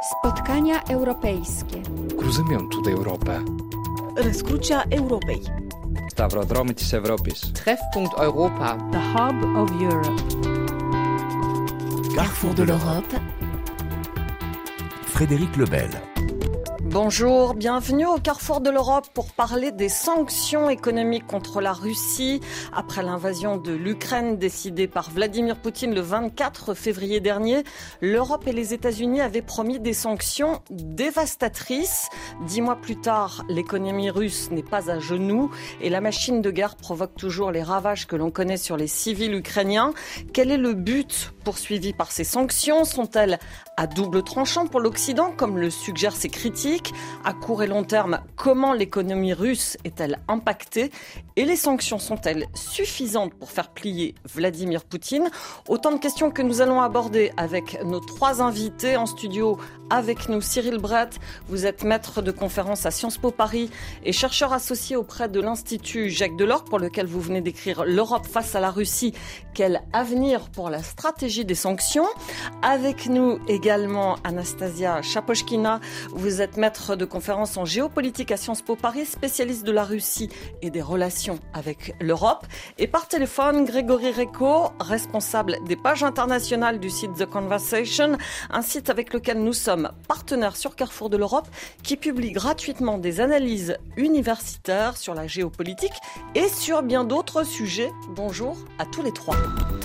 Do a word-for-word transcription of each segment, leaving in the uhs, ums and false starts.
Spotkania europejskie. Cruzamiento da Europa. Răscrucea Europei. Stαυροδρόμοι της Ευρώπης. Treffpunkt Europa. The Hub of Europe. Carrefour de l'Europe. Frédéric Lebel. Bonjour, bienvenue au Carrefour de l'Europe pour parler des sanctions économiques contre la Russie après l'invasion de l'Ukraine décidée par Vladimir Poutine le vingt-quatre février dernier. L'Europe et les États-Unis avaient promis des sanctions dévastatrices. Dix mois plus tard, l'économie russe n'est pas à genoux et la machine de guerre provoque toujours les ravages que l'on connaît sur les civils ukrainiens. Quel est le but poursuivi par ces sanctions? Sont-elles à double tranchant pour l'Occident, comme le suggèrent ces critiques? À court et long terme, comment l'économie russe est-elle impactée? Et les sanctions sont-elles suffisantes pour faire plier Vladimir Poutine? Autant de questions que nous allons aborder avec nos trois invités en studio. Avec nous, Cyril Brett, vous êtes maître de conférence à Sciences Po Paris et chercheur associé auprès de l'Institut Jacques Delors, pour lequel vous venez d'écrire L'Europe face à la Russie, quel avenir pour la stratégie des sanctions? Avec nous également Anastasia Chapochkina, vous êtes maître de conférence en géopolitique à Sciences Po Paris, spécialiste de la Russie et des relations avec l'Europe. Et par téléphone, Grégory Reco, responsable des pages internationales du site The Conversation, un site avec lequel nous sommes partenaires sur Carrefour de l'Europe, qui publie gratuitement des analyses universitaires sur la géopolitique et sur bien d'autres sujets. Bonjour à tous les trois.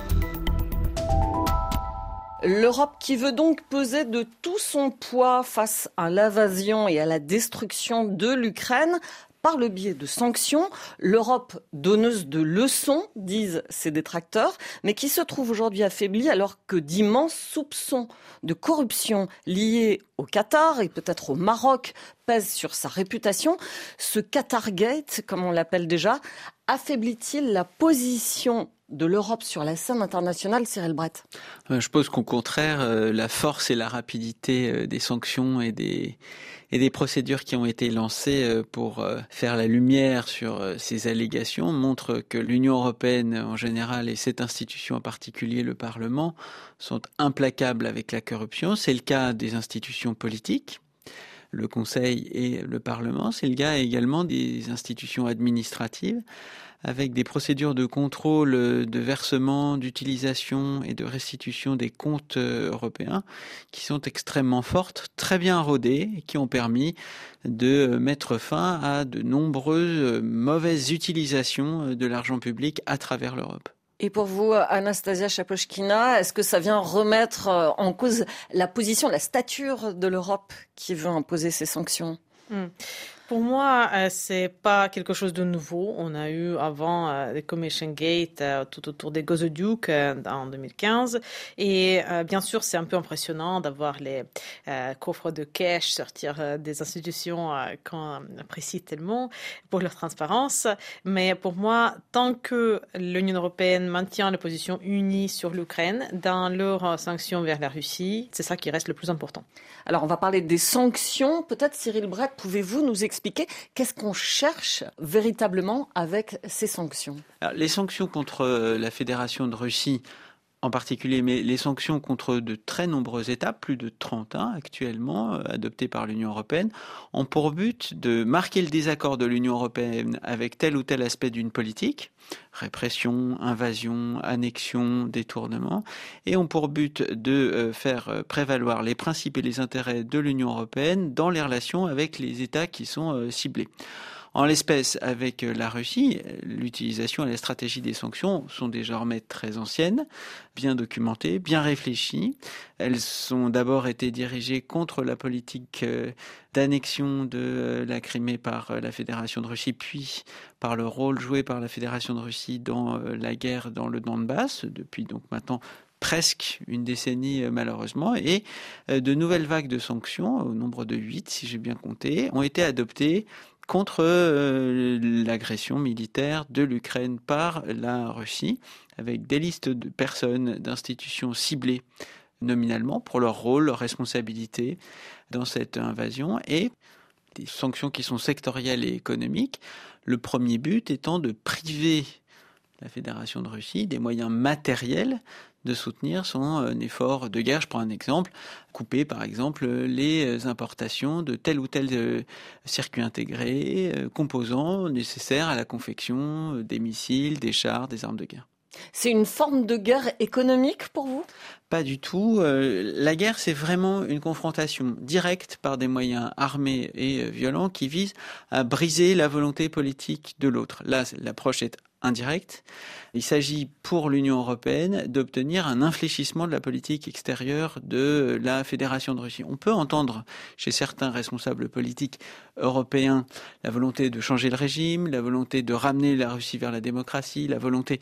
L'Europe qui veut donc peser de tout son poids face à l'invasion et à la destruction de l'Ukraine par le biais de sanctions. L'Europe donneuse de leçons, disent ses détracteurs, mais qui se trouve aujourd'hui affaiblie alors que d'immenses soupçons de corruption liés au Qatar et peut-être au Maroc pèsent sur sa réputation. Ce Qatargate, comme on l'appelle déjà, affaiblit-il la position de l'Europe sur la scène internationale, Cyril Brett? Je pense qu'au contraire, la force et la rapidité des sanctions et des, et des procédures qui ont été lancées pour faire la lumière sur ces allégations montrent que l'Union européenne en général et cette institution en particulier, le Parlement, sont implacables avec la corruption. C'est le cas des institutions politiques, le Conseil et le Parlement. C'est le cas également des institutions administratives, avec des procédures de contrôle, de versement, d'utilisation et de restitution des comptes européens qui sont extrêmement fortes, très bien rodées et qui ont permis de mettre fin à de nombreuses mauvaises utilisations de l'argent public à travers l'Europe. Et pour vous, Anastasia Chapochkina, est-ce que ça vient remettre en cause la position, la stature de l'Europe qui veut imposer ces sanctions? mmh. Pour moi, euh, c'est pas quelque chose de nouveau. On a eu avant euh, les Commission Gate euh, tout autour des gazoducs euh, en deux mille quinze. Et euh, bien sûr, c'est un peu impressionnant d'avoir les euh, coffres de cash sortir euh, des institutions euh, qu'on apprécie tellement pour leur transparence. Mais pour moi, tant que l'Union européenne maintient la position unie sur l'Ukraine dans leurs sanctions vers la Russie, c'est ça qui reste le plus important. Alors, on va parler des sanctions. Peut-être, Cyril Brett, pouvez-vous nous expliquer Expliquer qu'est-ce qu'on cherche véritablement avec ces sanctions? Alors, les sanctions contre la Fédération de Russie en particulier, mais les sanctions contre de très nombreux États, plus de trente hein, actuellement, euh, adoptées par l'Union européenne, ont pour but de marquer le désaccord de l'Union européenne avec tel ou tel aspect d'une politique, répression, invasion, annexion, détournement, et ont pour but de euh, faire prévaloir les principes et les intérêts de l'Union européenne dans les relations avec les États qui sont euh, ciblés. En l'espèce, avec la Russie, l'utilisation et la stratégie des sanctions sont désormais très anciennes, bien documentées, bien réfléchies. Elles ont d'abord été dirigées contre la politique d'annexion de la Crimée par la Fédération de Russie, puis par le rôle joué par la Fédération de Russie dans la guerre dans le Donbass, depuis donc maintenant presque une décennie malheureusement, et de nouvelles vagues de sanctions, au nombre de huit si j'ai bien compté, ont été adoptées contre euh, l'agression militaire de l'Ukraine par la Russie, avec des listes de personnes, d'institutions ciblées nominalement pour leur rôle, leur responsabilité dans cette invasion, et des sanctions qui sont sectorielles et économiques. Le premier but étant de priver la Fédération de Russie des moyens matériels de soutenir son effort de guerre. Je prends un exemple, couper par exemple les importations de tel ou tel circuit intégré, composants nécessaires à la confection des missiles, des chars, des armes de guerre. C'est une forme de guerre économique pour vous ? Pas du tout. Euh, la guerre, c'est vraiment une confrontation directe par des moyens armés et euh, violents qui visent à briser la volonté politique de l'autre. Là, l'approche est indirecte. Il s'agit pour l'Union européenne d'obtenir un infléchissement de la politique extérieure de la Fédération de Russie. On peut entendre chez certains responsables politiques européens la volonté de changer le régime, la volonté de ramener la Russie vers la démocratie, la volonté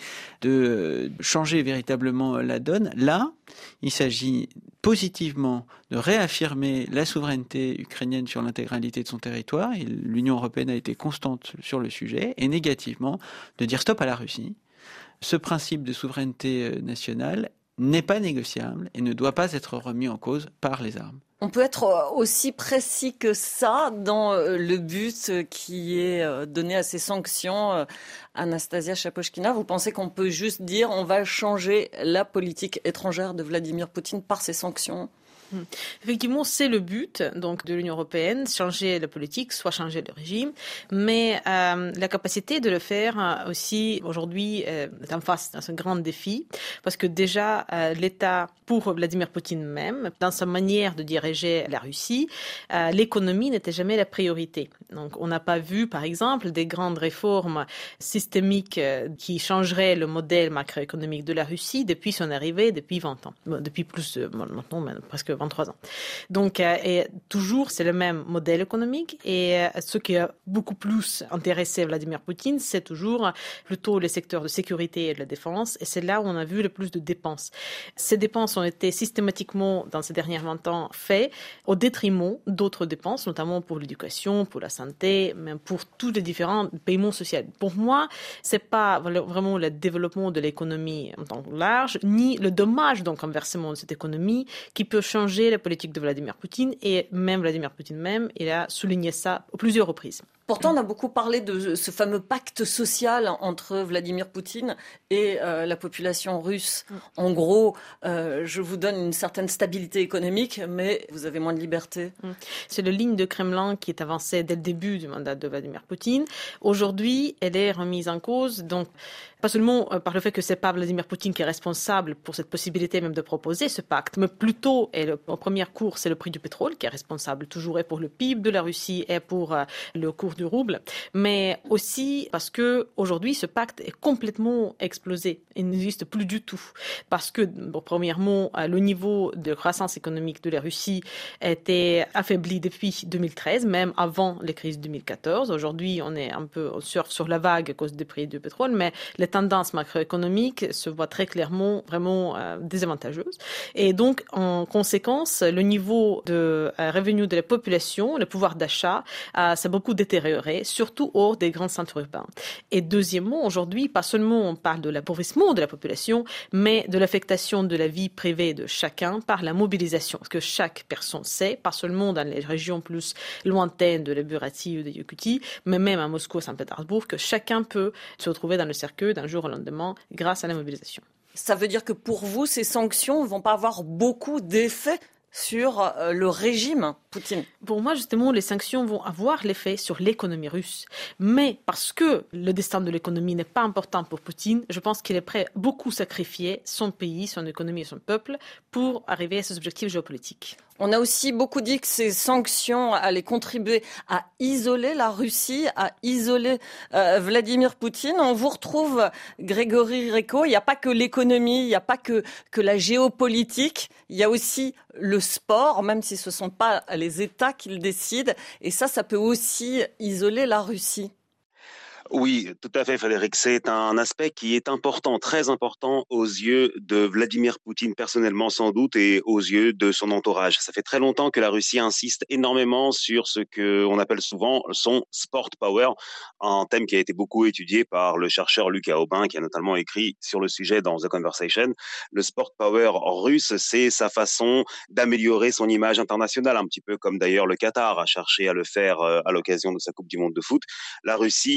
de changer véritablement la donne. Là, il s'agit positivement de réaffirmer la souveraineté ukrainienne sur l'intégralité de son territoire, et l'Union européenne a été constante sur le sujet, et négativement de dire stop à la Russie. Ce principe de souveraineté nationale n'est pas négociable et ne doit pas être remis en cause par les armes. On peut être aussi précis que ça dans le but qui est donné à ces sanctions. Anastasia Shaposhkina, vous pensez qu'on peut juste dire on va changer la politique étrangère de Vladimir Poutine par ces sanctions ? Effectivement, c'est le but donc de l'Union européenne, changer la politique, soit changer le régime, mais euh, la capacité de le faire euh, aussi aujourd'hui euh, est en face dans un grand défi, parce que déjà euh, l'État, pour Vladimir Poutine même, dans sa manière de diriger la Russie, euh, l'économie n'était jamais la priorité. Donc on n'a pas vu, par exemple, des grandes réformes systémiques euh, qui changeraient le modèle macroéconomique de la Russie depuis son arrivée, depuis vingt ans, bon, depuis plus, euh, maintenant même, presque vingt-trois ans. Donc, euh, et toujours, c'est le même modèle économique. Et euh, ce qui a beaucoup plus intéressé Vladimir Poutine, c'est toujours plutôt les secteurs de sécurité et de la défense. Et c'est là où on a vu le plus de dépenses. Ces dépenses ont été systématiquement, dans ces derniers vingt ans, faites au détriment d'autres dépenses, notamment pour l'éducation, pour la santé, même pour tous les différents paiements sociaux. Pour moi, c'est pas vraiment le développement de l'économie en tant que large, ni le dommage, donc, inversement, de cette économie qui peut changer la politique de Vladimir Poutine, et même Vladimir Poutine même, il a souligné ça à plusieurs reprises. Pourtant, on a beaucoup parlé de ce fameux pacte social entre Vladimir Poutine et euh, la population russe. En gros, euh, je vous donne une certaine stabilité économique, mais vous avez moins de liberté. C'est la ligne de Kremlin qui est avancée dès le début du mandat de Vladimir Poutine. Aujourd'hui, elle est remise en cause, donc pas seulement par le fait que c'est pas Vladimir Poutine qui est responsable pour cette possibilité même de proposer ce pacte, mais plutôt, et le, en première cours, c'est le prix du pétrole qui est responsable toujours et pour le P I B de la Russie et pour euh, le cours du rouble, mais aussi parce que aujourd'hui ce pacte est complètement explosé. Il n'existe plus du tout. Parce que, bon, premièrement, le niveau de croissance économique de la Russie était affaibli depuis deux mille treize, même avant les crises de deux mille quatorze. Aujourd'hui, on est un peu, on surfe sur la vague à cause des prix du pétrole, mais les tendances macroéconomiques se voient très clairement vraiment euh, désavantageuses. Et donc, en conséquence, le niveau de euh, revenu de la population, le pouvoir d'achat, euh, s'est beaucoup détérioré, surtout hors des grands centres urbains. Et deuxièmement, aujourd'hui, pas seulement on parle de l'appauvrissement de la population, mais de l'affectation de la vie privée de chacun par la mobilisation. Parce que chaque personne sait, pas seulement dans les régions plus lointaines de la Buryatie ou de Yakoutie, mais même à Moscou et Saint-Pétersbourg, que chacun peut se retrouver dans le cercueil d'un jour au lendemain grâce à la mobilisation. Ça veut dire que pour vous, ces sanctions ne vont pas avoir beaucoup d'effet sur le régime Poutine? Pour moi, justement, les sanctions vont avoir l'effet sur l'économie russe. Mais parce que le destin de l'économie n'est pas important pour Poutine, je pense qu'il est prêt à beaucoup sacrifier son pays, son économie et son peuple pour arriver à ses objectifs géopolitiques. On a aussi beaucoup dit que ces sanctions allaient contribuer à isoler la Russie, à isoler euh, Vladimir Poutine. On vous retrouve, Grégory Reco, il n'y a pas que l'économie, il n'y a pas que, que la géopolitique, il y a aussi le sport, même si ce ne sont pas les États qui le décident. Et ça, ça peut aussi isoler la Russie. Oui, tout à fait, Frédéric. C'est un aspect qui est important, très important aux yeux de Vladimir Poutine personnellement sans doute et aux yeux de son entourage. Ça fait très longtemps que la Russie insiste énormément sur ce que on appelle souvent son sport power, un thème qui a été beaucoup étudié par le chercheur Lucas Aubin, qui a notamment écrit sur le sujet dans The Conversation. Le sport power russe, c'est sa façon d'améliorer son image internationale, un petit peu comme d'ailleurs le Qatar a cherché à le faire à l'occasion de sa Coupe du Monde de foot. La Russie a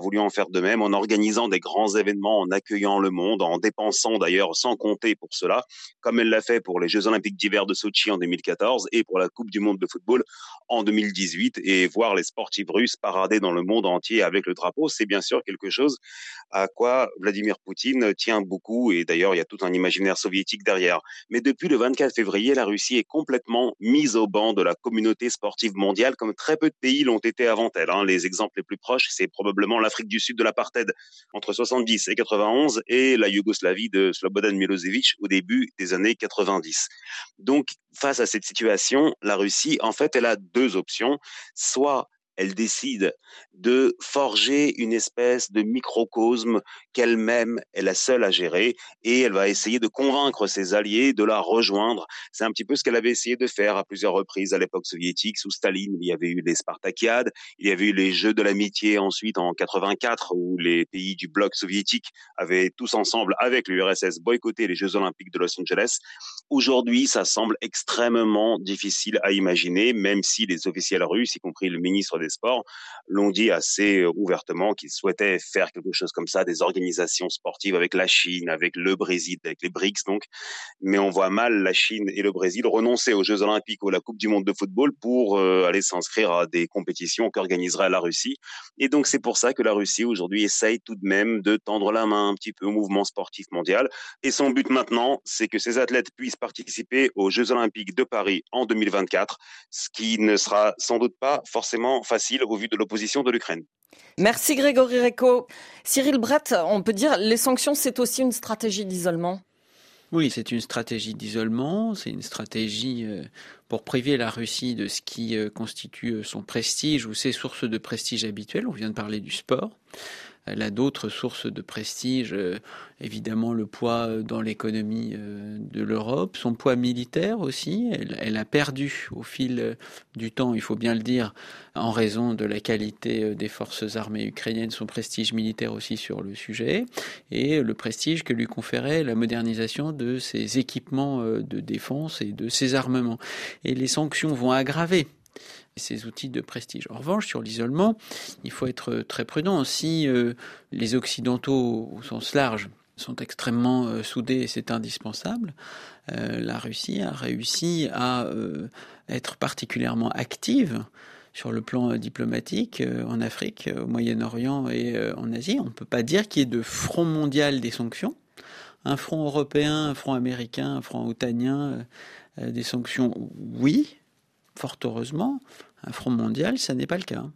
voulu en faire de même en organisant des grands événements, en accueillant le monde, en dépensant d'ailleurs sans compter pour cela, comme elle l'a fait pour les Jeux Olympiques d'hiver de Sotchi en deux mille quatorze et pour la Coupe du Monde de football en deux mille dix-huit. Et voir les sportifs russes parader dans le monde entier avec le drapeau, c'est bien sûr quelque chose à quoi Vladimir Poutine tient beaucoup. Et d'ailleurs, il y a tout un imaginaire soviétique derrière. Mais depuis le vingt-quatre février, la Russie est complètement mise au banc de la communauté sportive mondiale, comme très peu de pays l'ont été avant elle. Hein. Les exemples les plus proches, c'est probablement l'Afrique du Sud de l'apartheid entre soixante-dix et quatre-vingt-onze et la Yougoslavie de Slobodan Milosevic au début des années quatre-vingt-dix. Donc, face à cette situation, la Russie, en fait, elle a deux options. Soit elle décide de forger une espèce de microcosme qu'elle-même est la seule à gérer et elle va essayer de convaincre ses alliés de la rejoindre. C'est un petit peu ce qu'elle avait essayé de faire à plusieurs reprises à l'époque soviétique. Sous Staline, il y avait eu les Spartakiades, il y avait eu les Jeux de l'amitié ensuite en quatre-vingt-quatre où les pays du bloc soviétique avaient tous ensemble avec l'U R S S boycotté les Jeux olympiques de Los Angeles. Aujourd'hui, ça semble extrêmement difficile à imaginer, même si les officiels russes, y compris le ministre des Sports, l'ont dit assez ouvertement qu'ils souhaitaient faire quelque chose comme ça, des organisations sportives avec la Chine, avec le Brésil, avec les B R I C S donc. Mais on voit mal la Chine et le Brésil renoncer aux Jeux Olympiques ou à la Coupe du Monde de football pour euh, aller s'inscrire à des compétitions qu'organiserait la Russie. Et donc c'est pour ça que la Russie aujourd'hui essaye tout de même de tendre la main un petit peu au mouvement sportif mondial. Et son but maintenant, c'est que ces athlètes puissent participer aux Jeux Olympiques de Paris en deux mille vingt-quatre, ce qui ne sera sans doute pas forcément facile au vu de l'opposition de l'Ukraine. Merci Grégory Recco. Cyril Brett, on peut dire les sanctions, c'est aussi une stratégie d'isolement. Oui, c'est une stratégie d'isolement, c'est une stratégie pour priver la Russie de ce qui constitue son prestige ou ses sources de prestige habituelles. On vient de parler du sport. Elle a d'autres sources de prestige, euh, évidemment le poids dans l'économie euh, de l'Europe, son poids militaire aussi. Elle, elle a perdu au fil du temps, il faut bien le dire, en raison de la qualité des forces armées ukrainiennes, son prestige militaire aussi sur le sujet, et le prestige que lui conférait la modernisation de ses équipements de défense et de ses armements. Et les sanctions vont aggraver ces outils de prestige. En revanche, sur l'isolement, il faut être très prudent. Si euh, les Occidentaux, au sens large, sont extrêmement euh, soudés et c'est indispensable, euh, la Russie a réussi à euh, être particulièrement active sur le plan euh, diplomatique euh, en Afrique, au Moyen-Orient et euh, en Asie. On ne peut pas dire qu'il y ait de front mondial des sanctions. Un front européen, un front américain, un front otanien, euh, des sanctions, oui. Fort heureusement, un front mondial, ça n'est pas le cas.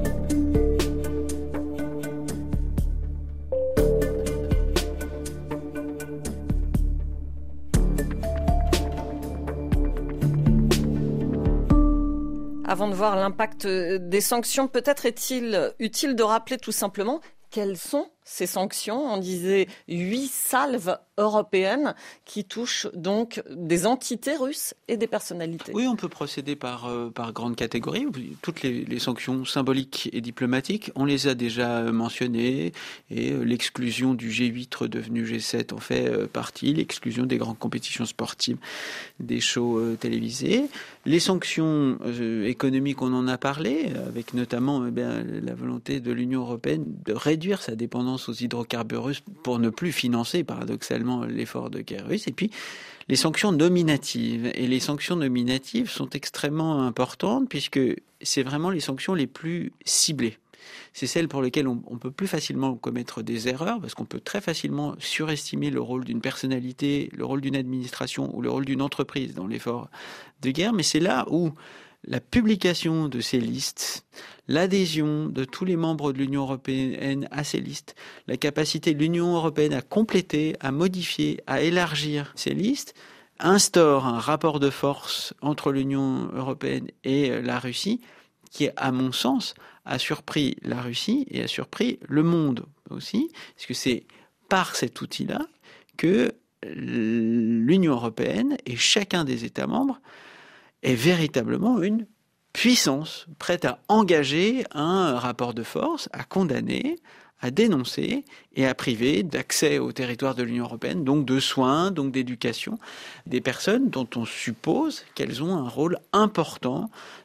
Avant de voir l'impact des sanctions, peut-être est-il utile de rappeler tout simplement quelles sont ces sanctions. On disait huit salves européennes qui touchent donc des entités russes et des personnalités. Oui, on peut procéder par, euh, par grande catégorie. Toutes les, les sanctions symboliques et diplomatiques, on les a déjà mentionnées. Et euh, l'exclusion du G huit redevenu G sept en fait euh, partie. L'exclusion des grandes compétitions sportives, des shows euh, télévisés. Les sanctions euh, économiques, on en a parlé, avec notamment eh bien, la volonté de l'Union européenne de réduire sa dépendance aux hydrocarbures russes pour ne plus financer, paradoxalement, l'effort de guerre russe. Et puis, les sanctions nominatives. Et les sanctions nominatives sont extrêmement importantes puisque c'est vraiment les sanctions les plus ciblées. C'est celles pour lesquelles on, on peut plus facilement commettre des erreurs parce qu'on peut très facilement surestimer le rôle d'une personnalité, le rôle d'une administration ou le rôle d'une entreprise dans l'effort de guerre. Mais c'est là où la publication de ces listes, l'adhésion de tous les membres de l'Union européenne à ces listes, la capacité de l'Union européenne à compléter, à modifier, à élargir ces listes, instaure un rapport de force entre l'Union européenne et la Russie qui, à mon sens, a surpris la Russie et a surpris le monde aussi, parce que c'est par cet outil-là que l'Union européenne et chacun des États membres est véritablement une puissance prête à engager un rapport de force, à condamner, à dénoncer et à priver d'accès au territoire de l'Union européenne, donc de soins, donc d'éducation, des personnes dont on suppose qu'elles ont un rôle important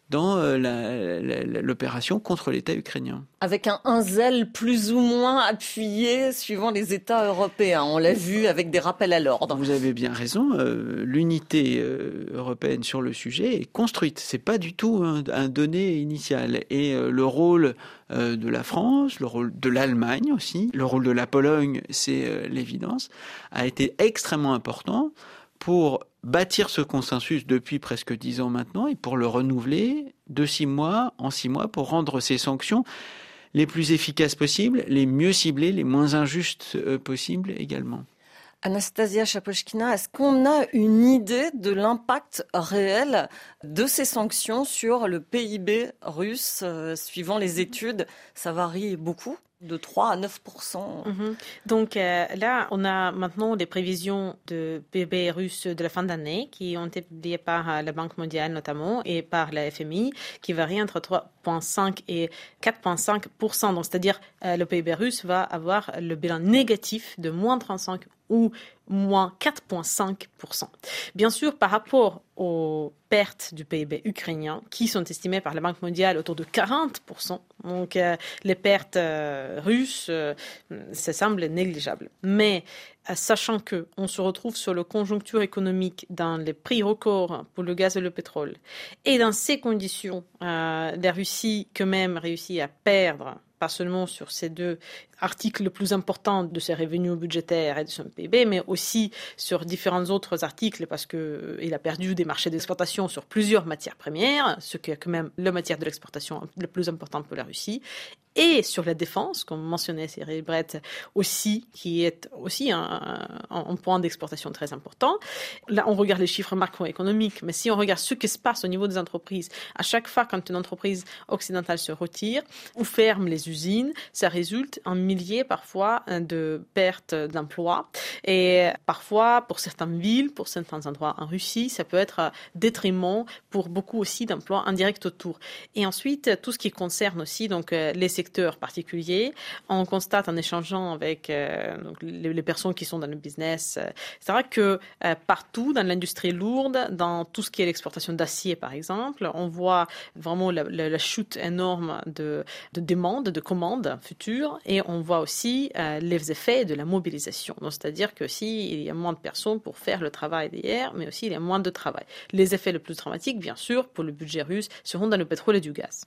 dans la, la, la, l'opération contre l'État ukrainien. Avec un, un zèle plus ou moins appuyé suivant les États européens. On l'a vu avec des rappels à l'ordre. Vous avez bien raison. Euh, l'unité euh, européenne sur le sujet est construite. C'est pas du tout un, un donné initial. Et euh, le rôle euh, de la France, le rôle de l'Allemagne aussi, le rôle de la Pologne, c'est euh, l'évidence, a été extrêmement important pour bâtir ce consensus depuis presque dix ans maintenant et pour le renouveler de six mois en six mois pour rendre ces sanctions les plus efficaces possibles, les mieux ciblées, les moins injustes euh, possibles également. Anastasia Shaposhkina, est-ce qu'on a une idée de l'impact réel de ces sanctions sur le P I B russe euh, suivant les études? Ça varie beaucoup, de trois à neuf pour cent. Mm-hmm. Donc euh, là, on a maintenant les prévisions de P I B russe de la fin d'année qui ont été publiées par euh, la Banque mondiale notamment et par la F M I, qui varient entre trois virgule cinq et quatre virgule cinq pour cent. Donc c'est-à-dire euh, le P I B russe va avoir le bilan négatif de moins trente-cinq ou moins quatre virgule cinq pour cent. Bien sûr, par rapport aux pertes du P I B ukrainien, qui sont estimées par la Banque mondiale autour de quarante pour cent, donc euh, les pertes euh, russes, euh, ça semble négligeable. Mais euh, sachant qu'on se retrouve sur la conjoncture économique dans les prix records pour le gaz et le pétrole, et dans ces conditions, euh, la Russie quand même réussit à perdre, pas seulement sur ces deux articles les plus importants de ses revenus budgétaires et de son P I B, mais aussi sur différents autres articles parce qu'il a perdu des marchés d'exportation sur plusieurs matières premières, ce qui est quand même la matière de l'exportation la plus importante pour la Russie, et sur la défense, comme mentionnait Cyril Brett aussi, qui est aussi un, un, un point d'exportation très important. Là, on regarde les chiffres macroéconomiques, mais si on regarde ce qui se passe au niveau des entreprises, à chaque fois quand une entreprise occidentale se retire ou ferme les usines, ça résulte en milliers parfois de pertes d'emplois. Et parfois, pour certaines villes, pour certains endroits en Russie, ça peut être détriment pour beaucoup aussi d'emplois indirects autour. Et ensuite, tout ce qui concerne aussi donc, les secteurs particuliers, on constate en échangeant avec euh, donc, les, les personnes qui sont dans le business, euh, c'est vrai que euh, partout dans l'industrie lourde, dans tout ce qui est l'exportation d'acier par exemple, on voit vraiment la, la, la chute énorme de, de demandes, de commandes futures, et on voit aussi euh, les effets de la mobilisation. Donc, c'est-à-dire que si il y a moins de personnes pour faire le travail d'hier, mais aussi il y a moins de travail. Les effets les plus dramatiques, bien sûr, pour le budget russe, seront dans le pétrole et du gaz.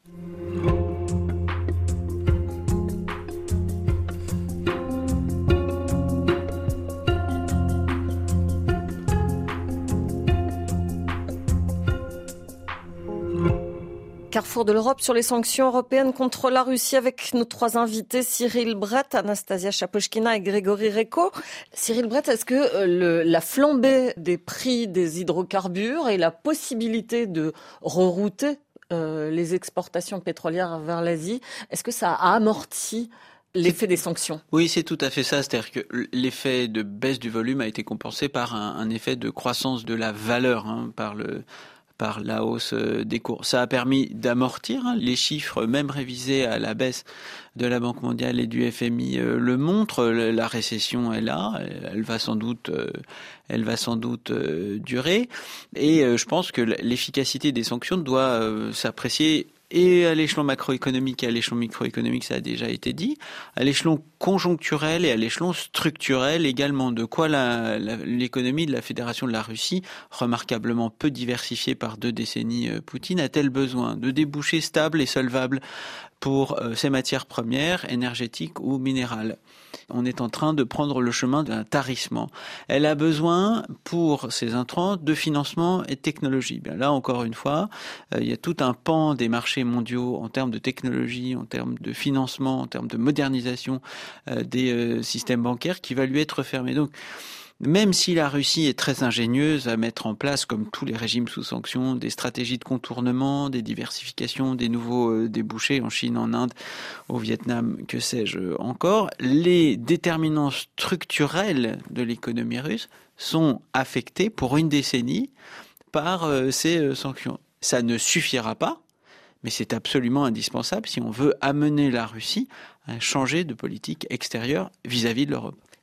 Carrefour de l'Europe sur les sanctions européennes contre la Russie avec nos trois invités, Cyril Brett, Anastasia Shaposhkina et Grégory Recco. Cyril Brett, est-ce que le, la flambée des prix des hydrocarbures et la possibilité de rerouter euh, les exportations pétrolières vers l'Asie, est-ce que ça a amorti l'effet des sanctions? Oui, c'est tout à fait ça. C'est-à-dire que l'effet de baisse du volume a été compensé par un, un effet de croissance de la valeur, hein, par le... par la hausse des cours. Ça a permis d'amortir, hein, les chiffres même révisés à la baisse de la Banque mondiale et du F M I euh, le montrent. La récession est là, elle va sans doute, euh, elle va sans doute euh, durer. Et euh, je pense que l'efficacité des sanctions doit euh, s'apprécier et à l'échelon macroéconomique et à l'échelon microéconomique, ça a déjà été dit, à l'échelon conjoncturel et à l'échelon structurel également. De quoi la, la, l'économie de la Fédération de la Russie, remarquablement peu diversifiée par deux décennies euh, Poutine, a-t-elle besoin de débouchés stables et solvables pour euh, ses matières premières, énergétiques ou minérales? On est en train de prendre le chemin d'un tarissement. Elle a besoin, pour ses intrants, de financement et de technologie. Bien là, encore une fois, euh, il y a tout un pan des marchés mondiaux en termes de technologie, en termes de financement, en termes de modernisation euh, des euh, systèmes bancaires qui va lui être fermé. Donc, même si la Russie est très ingénieuse à mettre en place, comme tous les régimes sous sanctions, des stratégies de contournement, des diversifications, des nouveaux euh, débouchés en Chine, en Inde, au Vietnam, que sais-je encore, les déterminants structurels de l'économie russe sont affectés pour une décennie par euh, ces euh, sanctions. Ça ne suffira pas, mais c'est absolument indispensable si on veut amener la Russie à changer de politique extérieure vis-à-vis de l'Europe.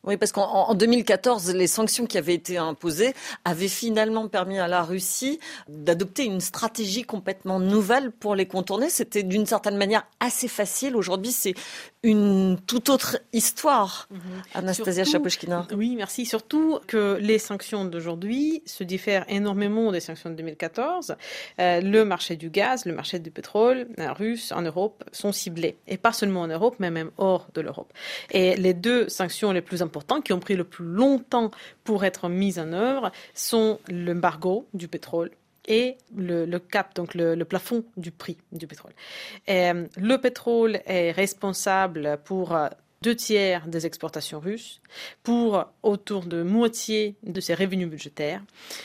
Oui, parce qu'en en deux mille quatorze, les sanctions qui avaient été imposées avaient finalement permis à la Russie d'adopter une stratégie complètement nouvelle pour les contourner. C'était d'une certaine manière assez facile. Aujourd'hui, c'est une toute autre histoire. Mmh. Anastasia Chapochkina. Oui, merci. Surtout que les sanctions d'aujourd'hui se diffèrent énormément des sanctions de deux mille quatorze. Euh, le marché du gaz, le marché du pétrole euh, russe en Europe sont ciblés. Et pas seulement en Europe, mais même hors de l'Europe. Et les deux sanctions les plus importantes qui ont pris le plus longtemps pour être mises en œuvre sont l'embargo du pétrole et le, le cap, donc le, le plafond du prix du pétrole. Et, le pétrole est responsable pour deux tiers des exportations russes, pour autour de moitié de ses revenus budgétaires.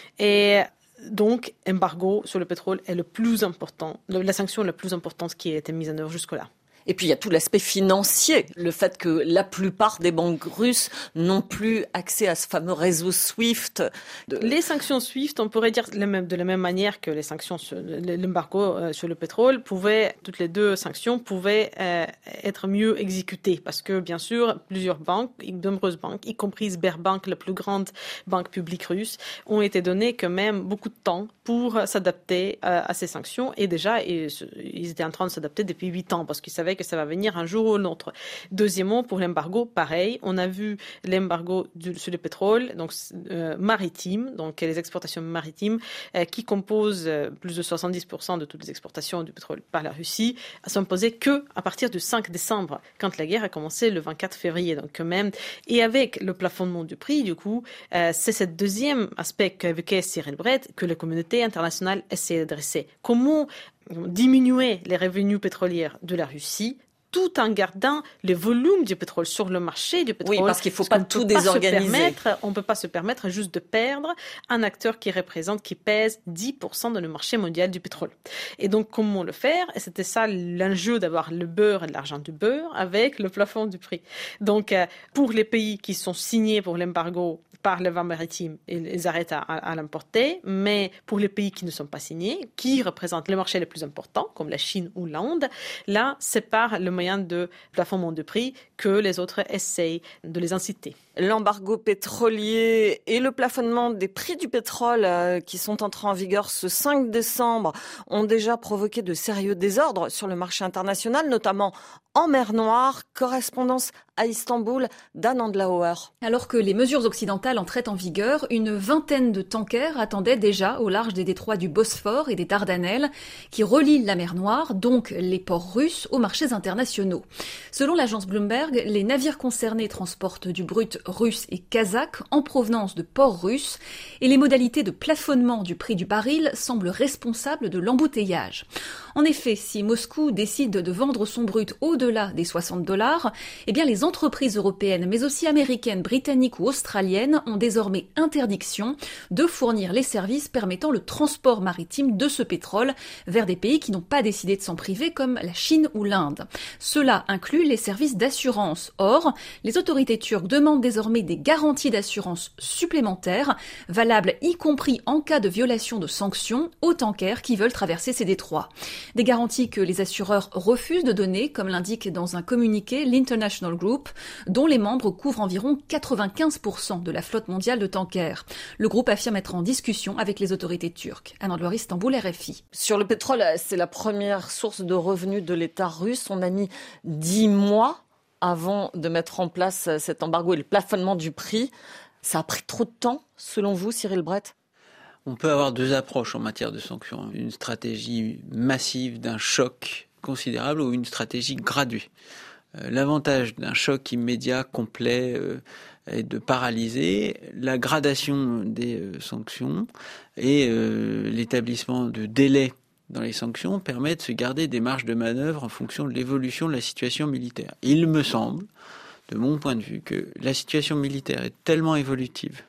Et donc, embargo sur le pétrole est le plus important, la sanction la plus importante qui a été mise en œuvre jusque-là. Et puis il y a tout l'aspect financier, le fait que la plupart des banques russes n'ont plus accès à ce fameux réseau SWIFT. De... Les sanctions SWIFT, on pourrait dire de la même, de la même manière que les sanctions, sur, l'embargo sur le pétrole, pouvaient, toutes les deux sanctions pouvaient euh, être mieux exécutées. Parce que bien sûr, plusieurs banques, de nombreuses banques, y compris Sberbank, la plus grande banque publique russe, ont été données quand même beaucoup de temps pour s'adapter à, à ces sanctions. Et déjà, ils, ils étaient en train de s'adapter depuis huit ans parce qu'ils savaient que ça va venir un jour ou l'autre. Deuxièmement, pour l'embargo, pareil, on a vu l'embargo du, sur le pétrole, donc euh, maritime, donc les exportations maritimes, euh, qui composent euh, plus de soixante-dix pour cent de toutes les exportations du pétrole par la Russie, s'imposaient que à partir du cinq décembre, quand la guerre a commencé le vingt-quatre février, donc quand même. Et avec le plafonnement du prix, du coup, euh, c'est ce deuxième aspect qu'évoquait Cyril Brett que la communauté internationale essaie d'adresser. Comment diminuer les revenus pétroliers de la Russie tout en gardant le volume du pétrole sur le marché du pétrole. Oui, parce qu'il ne faut pas tout désorganiser. On ne peut pas se permettre juste de perdre un acteur qui représente, qui pèse dix pour cent dans le marché mondial du pétrole. Et donc, comment le faire? Et c'était ça l'enjeu d'avoir le beurre et l'argent du beurre avec le plafond du prix. Donc, pour les pays qui sont signés pour l'embargo par le vent maritime, ils arrêtent à, à, à l'importer. Mais pour les pays qui ne sont pas signés, qui représentent le marché le plus important, comme la Chine ou l'Inde, là, c'est par le moyen de plafonnement de prix que les autres essayent de les inciter. L'embargo pétrolier et le plafonnement des prix du pétrole euh, qui sont entrés en vigueur ce cinq décembre ont déjà provoqué de sérieux désordres sur le marché international, notamment en mer Noire. Correspondance à Istanbul d'Anne Andlauer. Alors que les mesures occidentales entraient en vigueur, une vingtaine de tankers attendaient déjà au large des détroits du Bosphore et des Dardanelles qui relient la mer Noire, donc les ports russes, aux marchés internationaux. Selon l'agence Bloomberg, les navires concernés transportent du brut russe et kazakh en provenance de ports russes et les modalités de plafonnement du prix du baril semblent responsables de l'embouteillage. En effet, si Moscou décide de vendre son brut au-delà des soixante dollars, eh bien les entreprises européennes, mais aussi américaines, britanniques ou australiennes ont désormais interdiction de fournir les services permettant le transport maritime de ce pétrole vers des pays qui n'ont pas décidé de s'en priver, comme la Chine ou l'Inde. Cela inclut les services d'assurance. Or, les autorités turques demandent désormais des garanties d'assurance supplémentaires, valables y compris en cas de violation de sanctions aux tankers qui veulent traverser ces détroits. Des garanties que les assureurs refusent de donner, comme l'indique dans un communiqué l'International Group, dont les membres couvrent environ quatre-vingt-quinze pour cent de la flotte mondiale de tankers. Le groupe affirme être en discussion avec les autorités turques. Anne Andlauer, Istanbul, R F I. Sur le pétrole, c'est la première source de revenus de l'État russe. On a mis dix mois avant de mettre en place cet embargo et le plafonnement du prix. Ça a pris trop de temps, selon vous, Cyril Brett ? On peut avoir deux approches en matière de sanctions. Une stratégie massive d'un choc considérable ou une stratégie graduée. Euh, l'avantage d'un choc immédiat, complet, euh, est de paralyser. La gradation des euh, sanctions et euh, l'établissement de délais dans les sanctions permet de se garder des marges de manœuvre en fonction de l'évolution de la situation militaire. Il me semble, de mon point de vue, que la situation militaire est tellement évolutive,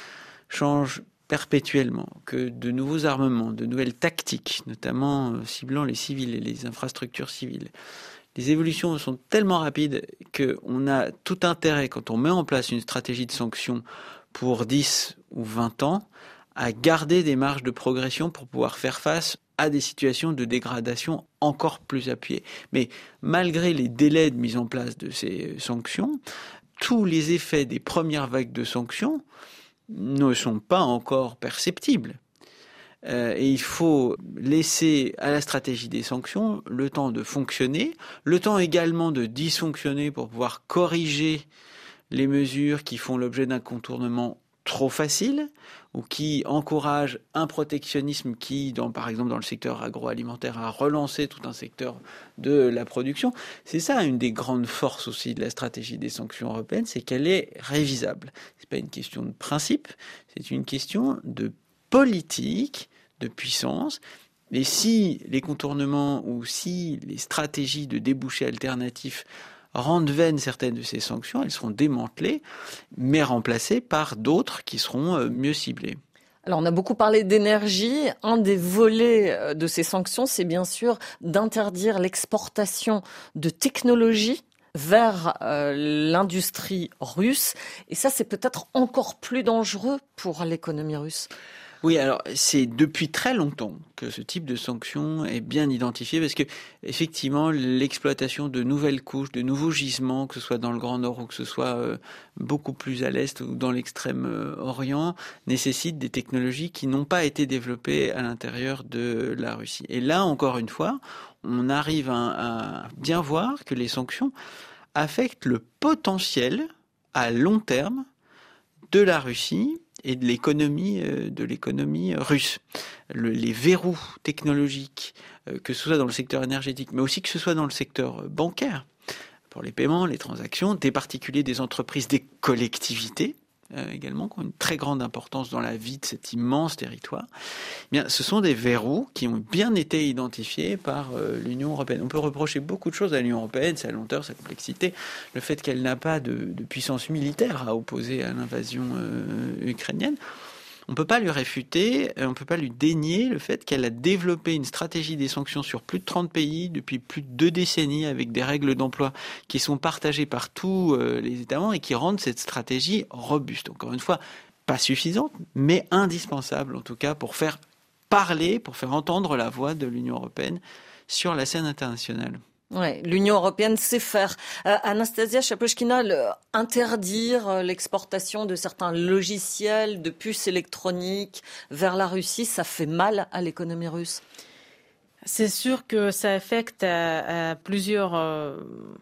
change perpétuellement, que de nouveaux armements, de nouvelles tactiques, notamment euh, ciblant les civils et les infrastructures civiles, les évolutions sont tellement rapides qu'on a tout intérêt, quand on met en place une stratégie de sanctions pour dix ou vingt ans, à garder des marges de progression pour pouvoir faire face à des situations de dégradation encore plus appuyées. Mais malgré les délais de mise en place de ces sanctions, tous les effets des premières vagues de sanctions ne sont pas encore perceptibles. Euh, et il faut laisser à la stratégie des sanctions le temps de fonctionner, le temps également de dysfonctionner pour pouvoir corriger les mesures qui font l'objet d'un contournement trop facile ou qui encouragent un protectionnisme qui, dans, par exemple dans le secteur agroalimentaire, a relancé tout un secteur de la production. C'est ça une des grandes forces aussi de la stratégie des sanctions européennes, c'est qu'elle est révisable. C'est pas une question de principe, c'est une question de politique, de puissance. Et si les contournements ou si les stratégies de débouchés alternatifs rendent vaines certaines de ces sanctions, elles seront démantelées, mais remplacées par d'autres qui seront mieux ciblées. Alors, on a beaucoup parlé d'énergie. Un des volets de ces sanctions, c'est bien sûr d'interdire l'exportation de technologies vers euh, l'industrie russe. Et ça, c'est peut-être encore plus dangereux pour l'économie russe. Oui, alors c'est depuis très longtemps que ce type de sanctions est bien identifié parce que effectivement l'exploitation de nouvelles couches, de nouveaux gisements, que ce soit dans le Grand Nord ou que ce soit euh, beaucoup plus à l'Est ou dans l'extrême euh, Orient, nécessite des technologies qui n'ont pas été développées à l'intérieur de la Russie. Et là, encore une fois, on arrive à, à bien voir que les sanctions affectent le potentiel à long terme de la Russie et de l'économie de l'économie russe. Le, les verrous technologiques, euh, que ce soit dans le secteur énergétique, mais aussi que ce soit dans le secteur bancaire, pour les paiements, les transactions, des particuliers, des entreprises, des collectivités, euh, également, qui ont une très grande importance dans la vie de cet immense territoire, eh bien, ce sont des verrous qui ont bien été identifiés par euh, l'Union européenne. On peut reprocher beaucoup de choses à l'Union européenne, sa lenteur, sa complexité, le fait qu'elle n'a pas de, de puissance militaire à opposer à l'invasion euh, ukrainienne. On ne peut pas lui réfuter, on ne peut pas lui dénier le fait qu'elle a développé une stratégie des sanctions sur plus de trente pays depuis plus de deux décennies avec des règles d'emploi qui sont partagées par tous euh, les États membres et qui rendent cette stratégie robuste. Encore une fois, pas suffisante, mais indispensable en tout cas pour faire parler, pour faire entendre la voix de l'Union européenne sur la scène internationale. Ouais, l'Union européenne sait faire. Euh, Anastasia Shaposhkina, le, interdire l'exportation de certains logiciels, de puces électroniques vers la Russie, ça fait mal à l'économie russe. C'est sûr que ça affecte à, à plusieurs euh,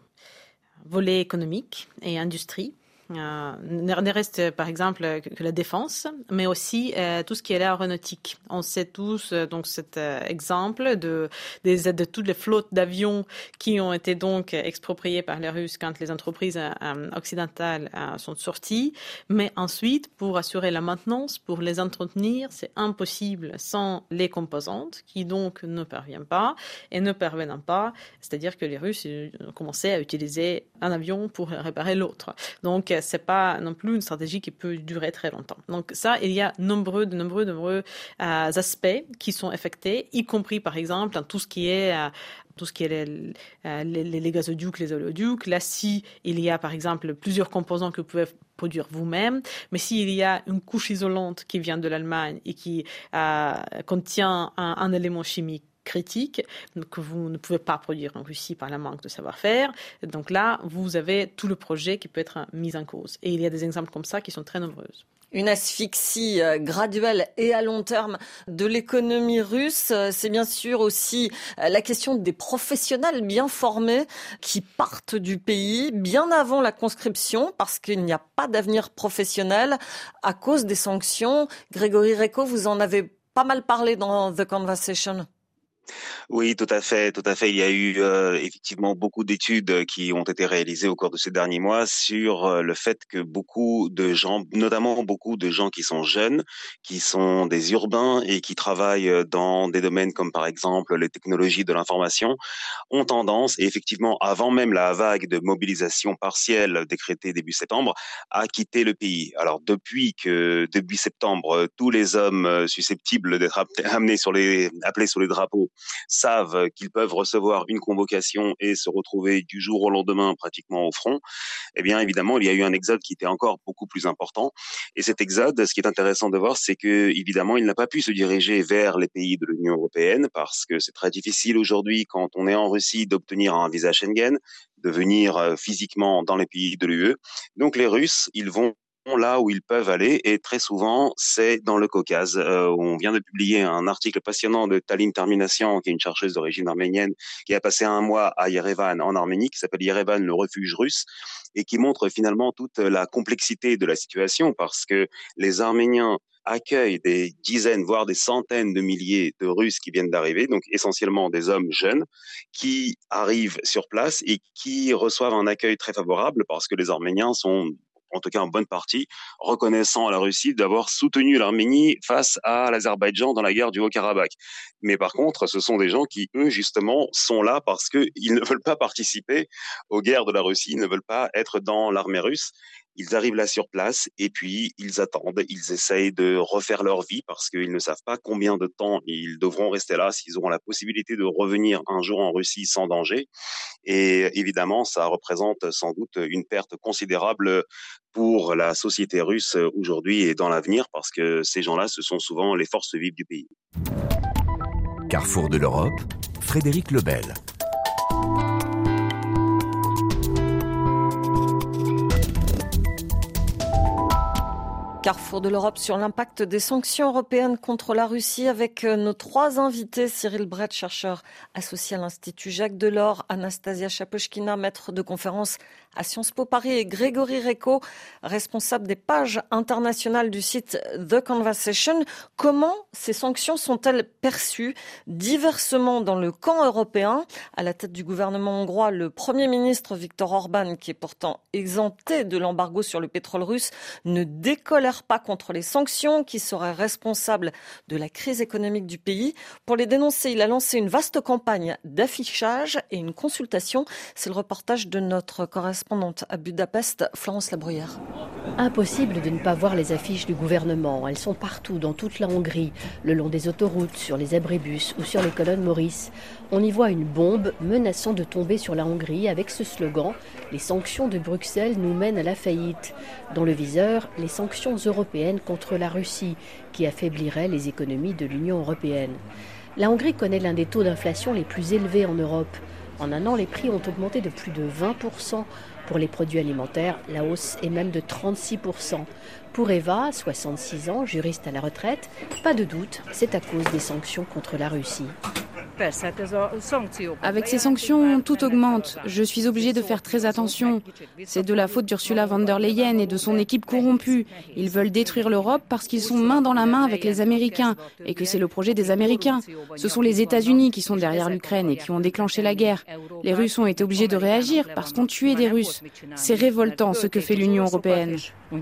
volets économiques et industries. Euh, ne reste par exemple que la défense, mais aussi euh, tout ce qui est l'aéronautique. On sait tous euh, donc cet euh, exemple de, des, de toutes les flottes d'avions qui ont été donc expropriées par les Russes quand les entreprises euh, occidentales euh, sont sorties. Mais ensuite, pour assurer la maintenance, pour les entretenir, c'est impossible sans les composantes qui donc ne parviennent pas et ne parviennent pas. C'est-à-dire que les Russes ont commencé à utiliser un avion pour réparer l'autre. Donc c'est pas non plus une stratégie qui peut durer très longtemps. Donc ça, il y a nombreux, de nombreux, de nombreux euh, aspects qui sont affectés, y compris par exemple dans tout ce qui est euh, tout ce qui est les, les, les gazoducs, les oléoducs. Là, si il y a par exemple plusieurs composants que vous pouvez produire vous-même, mais s'il y a une couche isolante qui vient de l'Allemagne et qui euh, contient un, un élément chimique critique que vous ne pouvez pas produire en Russie par la manque de savoir-faire. Donc là, vous avez tout le projet qui peut être mis en cause. Et il y a des exemples comme ça qui sont très nombreuses. Une asphyxie graduelle et à long terme de l'économie russe, c'est bien sûr aussi la question des professionnels bien formés qui partent du pays bien avant la conscription parce qu'il n'y a pas d'avenir professionnel à cause des sanctions. Grégory Reco, vous en avez pas mal parlé dans The Conversation. Oui, tout à fait, tout à fait. Il y a eu euh, effectivement beaucoup d'études qui ont été réalisées au cours de ces derniers mois sur euh, le fait que beaucoup de gens, notamment beaucoup de gens qui sont jeunes, qui sont des urbains et qui travaillent dans des domaines comme par exemple les technologies de l'information, ont tendance, et effectivement avant même la vague de mobilisation partielle décrétée début septembre, à quitter le pays. Alors depuis que début septembre, tous les hommes susceptibles d'être amenés sur les, appelés sur les drapeaux savent qu'ils peuvent recevoir une convocation et se retrouver du jour au lendemain pratiquement au front, eh bien évidemment il y a eu un exode qui était encore beaucoup plus important. Et cet exode, ce qui est intéressant de voir, c'est que évidemment il n'a pas pu se diriger vers les pays de l'Union européenne parce que c'est très difficile aujourd'hui quand on est en Russie d'obtenir un visa Schengen, de venir physiquement dans les pays de l'U E. Donc les Russes, ils vont là où ils peuvent aller et très souvent c'est dans le Caucase. Euh, on vient de publier un article passionnant de Taline Termination, qui est une chercheuse d'origine arménienne, qui a passé un mois à Yerevan en Arménie, qui s'appelle Yerevan, le refuge russe, et qui montre finalement toute la complexité de la situation parce que les Arméniens accueillent des dizaines, voire des centaines de milliers de Russes qui viennent d'arriver, donc essentiellement des hommes jeunes, qui arrivent sur place et qui reçoivent un accueil très favorable parce que les Arméniens sont, en tout cas en bonne partie, reconnaissant à la Russie d'avoir soutenu l'Arménie face à l'Azerbaïdjan dans la guerre du Haut-Karabakh. Mais par contre, ce sont des gens qui, eux, justement, sont là parce qu'ils ne veulent pas participer aux guerres de la Russie, ils ne veulent pas être dans l'armée russe. Ils arrivent là sur place et puis ils attendent, ils essayent de refaire leur vie parce qu'ils ne savent pas combien de temps ils devront rester là, s'ils auront la possibilité de revenir un jour en Russie sans danger. Et évidemment, ça représente sans doute une perte considérable pour la société russe aujourd'hui et dans l'avenir parce que ces gens-là, ce sont souvent les forces vives du pays. Carrefour de l'Europe, Frédéric Lebel. Carrefour de l'Europe sur l'impact des sanctions européennes contre la Russie avec nos trois invités. Cyril Brett, chercheur associé à l'Institut Jacques Delors, Anastasia Chapochkina, maître de conférence à Sciences Po Paris, et Grégory Reco, responsable des pages internationales du site The Conversation. Comment ces sanctions sont-elles perçues diversement dans le camp européen? À la tête du gouvernement hongrois, le Premier ministre Viktor Orban, qui est pourtant exempté de l'embargo sur le pétrole russe, ne décolère pas contre les sanctions qui seraient responsables de la crise économique du pays. Pour les dénoncer, il a lancé une vaste campagne d'affichage et une consultation. C'est le reportage de notre correspondante à Budapest, Florence Labruyère. Impossible de ne pas voir les affiches du gouvernement. Elles sont partout, dans toute la Hongrie, le long des autoroutes, sur les abribus ou sur les colonnes Maurice. On y voit une bombe menaçant de tomber sur la Hongrie avec ce slogan « Les sanctions de Bruxelles nous mènent à la faillite ». Dans le viseur, les sanctions européennes contre la Russie, qui affaibliraient les économies de l'Union européenne. La Hongrie connaît l'un des taux d'inflation les plus élevés en Europe. En un an, les prix ont augmenté de plus de vingt pour cent. Pour les produits alimentaires, la hausse est même de trente-six pour cent. Pour Eva, soixante-six ans, juriste à la retraite, pas de doute, c'est à cause des sanctions contre la Russie. Avec ces sanctions, tout augmente. Je suis obligée de faire très attention. C'est de la faute d'Ursula von der Leyen et de son équipe corrompue. Ils veulent détruire l'Europe parce qu'ils sont main dans la main avec les Américains et que c'est le projet des Américains. Ce sont les États-Unis qui sont derrière l'Ukraine et qui ont déclenché la guerre. Les Russes ont été obligés de réagir parce qu'on tuait des Russes. C'est révoltant ce que fait l'Union européenne.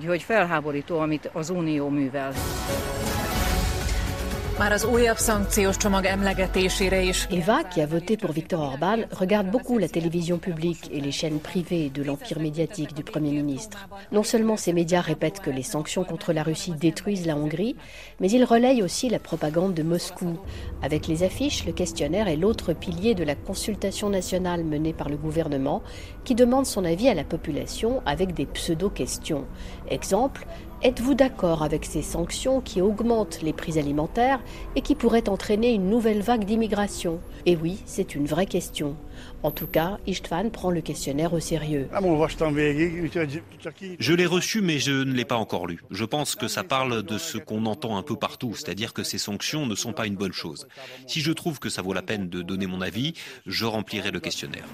Eva, qui a voté pour Viktor Orban, regarde beaucoup la télévision publique et les chaînes privées de l'empire médiatique du Premier ministre. Non seulement ces médias répètent que les sanctions contre la Russie détruisent la Hongrie, mais ils relayent aussi la propagande de Moscou. Avec les affiches, le questionnaire est l'autre pilier de la consultation nationale menée par le gouvernement qui demande son avis à la population avec des pseudo-questions. Exemple, êtes-vous d'accord avec ces sanctions qui augmentent les prix alimentaires et qui pourraient entraîner une nouvelle vague d'immigration? Et oui, c'est une vraie question. En tout cas, Istvan prend le questionnaire au sérieux. Je l'ai reçu, mais je ne l'ai pas encore lu. Je pense que ça parle de ce qu'on entend un peu partout, c'est-à-dire que ces sanctions ne sont pas une bonne chose. Si je trouve que ça vaut la peine de donner mon avis, je remplirai le questionnaire.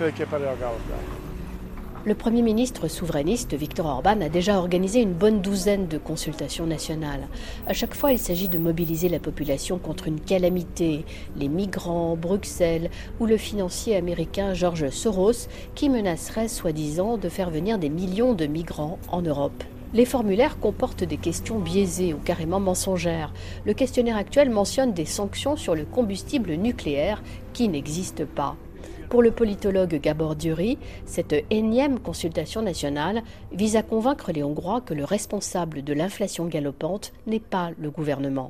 Le Premier ministre souverainiste Viktor Orban a déjà organisé une bonne douzaine de consultations nationales. À chaque fois, il s'agit de mobiliser la population contre une calamité, les migrants, Bruxelles ou le financier américain George Soros qui menacerait soi-disant de faire venir des millions de migrants en Europe. Les formulaires comportent des questions biaisées ou carrément mensongères. Le questionnaire actuel mentionne des sanctions sur le combustible nucléaire qui n'existent pas. Pour le politologue Gabor Gyuri, cette énième consultation nationale vise à convaincre les Hongrois que le responsable de l'inflation galopante n'est pas le gouvernement.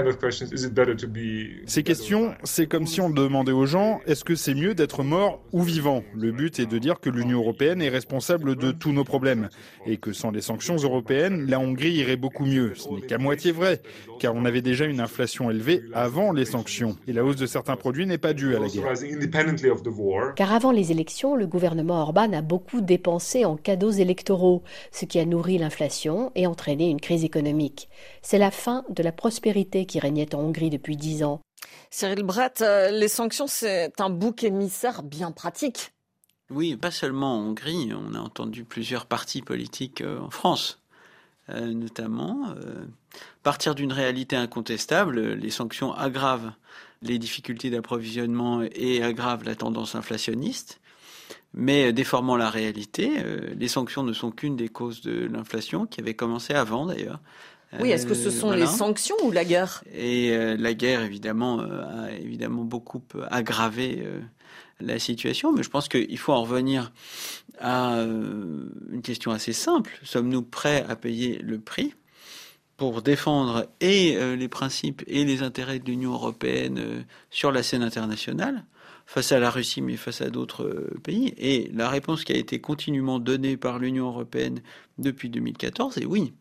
Ces questions, c'est comme si on demandait aux gens « est-ce que c'est mieux d'être mort ou vivant ?» Le but est de dire que l'Union européenne est responsable de tous nos problèmes et que sans les sanctions européennes, la Hongrie irait beaucoup mieux. Ce n'est qu'à moitié vrai, car on avait déjà une inflation élevée avant les sanctions et la hausse de certains produits n'est pas due à la guerre. Car avant les élections, le gouvernement Orban a beaucoup dépensé en cadeaux électoraux, ce qui a nourri l'inflation et entraîné une crise économique. C'est la fin de la prospérité qui régnait en Hongrie depuis dix ans. Cyril Brett, les sanctions, c'est un bouc émissaire bien pratique. Oui, pas seulement en Hongrie. On a entendu plusieurs partis politiques en France, euh, notamment. Euh, partir d'une réalité incontestable, les sanctions aggravent les difficultés d'approvisionnement et aggravent la tendance inflationniste. Mais déformant la réalité, euh, les sanctions ne sont qu'une des causes de l'inflation, qui avait commencé avant d'ailleurs. Oui, est-ce que ce sont euh, voilà. les sanctions ou la guerre ? Et euh, la guerre, évidemment, euh, a évidemment beaucoup aggravé euh, la situation. Mais je pense qu'il faut en revenir à euh, une question assez simple. Sommes-nous prêts à payer le prix pour défendre et euh, les principes et les intérêts de l'Union européenne euh, sur la scène internationale, face à la Russie, mais face à d'autres euh, pays ? Et la réponse qui a été continuellement donnée par l'Union européenne depuis deux mille quatorze est oui.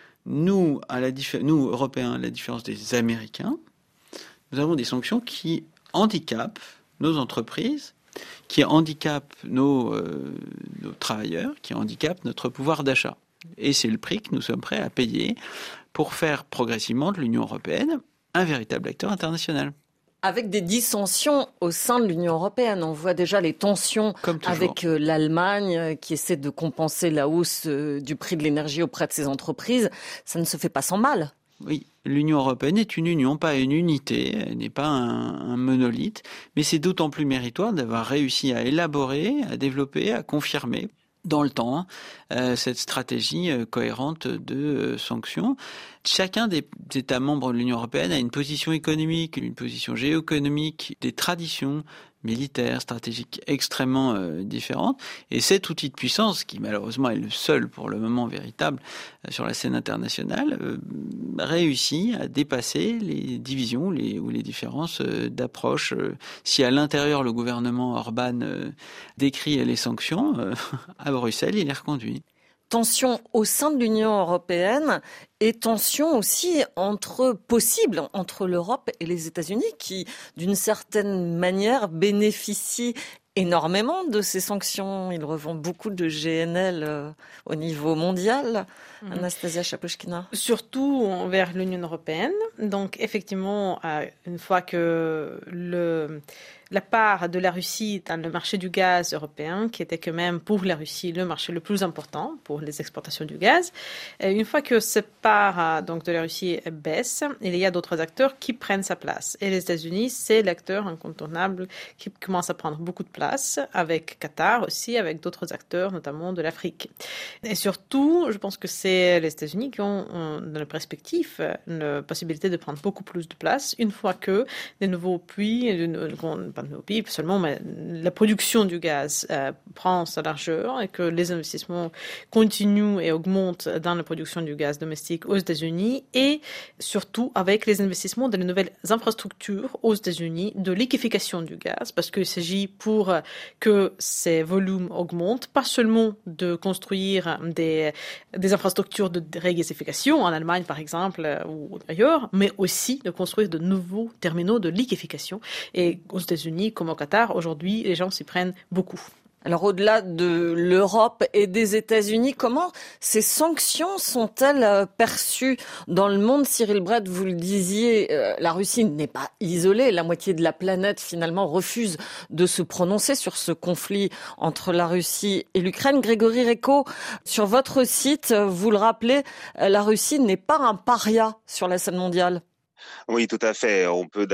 Nous, à la dif- nous, Européens, à la différence des Américains, nous avons des sanctions qui handicapent nos entreprises, qui handicapent nos, euh, nos travailleurs, qui handicapent notre pouvoir d'achat. Et c'est le prix que nous sommes prêts à payer pour faire progressivement de l'Union européenne un véritable acteur international. Avec des dissensions au sein de l'Union européenne. On voit déjà les tensions avec l'Allemagne qui essaie de compenser la hausse du prix de l'énergie auprès de ses entreprises. Ça ne se fait pas sans mal. Oui, l'Union européenne est une union, pas une unité, elle n'est pas un, un monolithe, mais c'est d'autant plus méritoire d'avoir réussi à élaborer, à développer, à confirmer dans le temps euh, cette stratégie euh, cohérente de euh, sanctions. Chacun des États membres de l'Union européenne a une position économique, une position géoéconomique, des traditions militaires, stratégiques extrêmement euh, différentes. Et cet outil de puissance, qui malheureusement est le seul pour le moment véritable euh, sur la scène internationale, euh, réussit à dépasser les divisions les, ou les différences euh, d'approche. Euh, si à l'intérieur le gouvernement Orban euh, décrit les sanctions, euh, à Bruxelles il les reconduit. Tension au sein de l'Union européenne et tension aussi entre possible entre l'Europe et les États-Unis qui, d'une certaine manière, bénéficient énormément de ces sanctions. Ils revendent beaucoup de G N L euh, au niveau mondial. Mmh. Anastasia Chapochkina. Surtout vers l'Union européenne. Donc, effectivement, euh, une fois que le... la part de la Russie dans le marché du gaz européen, qui était quand même pour la Russie le marché le plus important pour les exportations du gaz. Et une fois que cette part donc, de la Russie baisse, il y a d'autres acteurs qui prennent sa place. Et les États-Unis, c'est l'acteur incontournable qui commence à prendre beaucoup de place, avec Qatar aussi, avec d'autres acteurs, notamment de l'Afrique. Et surtout, je pense que c'est les États-Unis qui ont, dans la perspective, la possibilité de prendre beaucoup plus de place une fois que les nouveaux puits, pas de nouveaux puits seulement, mais la production du gaz euh, prend sa largeur et que les investissements continuent et augmentent dans la production du gaz domestique aux États-Unis et surtout avec les investissements dans les nouvelles infrastructures aux États-Unis de liquéfaction du gaz, parce qu'il s'agit pour que ces volumes augmentent, pas seulement de construire des, des infrastructures de régasification en Allemagne par exemple ou ailleurs, mais aussi de construire de nouveaux terminaux de liquéfaction. Et aux États-Unis comme au Qatar, aujourd'hui, les gens s'y prennent beaucoup. Alors au-delà de l'Europe et des États-Unis, comment ces sanctions sont-elles perçues dans le monde ? Cyril Brett, vous le disiez, euh, la Russie n'est pas isolée. La moitié de la planète finalement refuse de se prononcer sur ce conflit entre la Russie et l'Ukraine. Grégory Recco, sur votre site, vous le rappelez, la Russie n'est pas un paria sur la scène mondiale. Oui, tout à fait. On peut d'ailleurs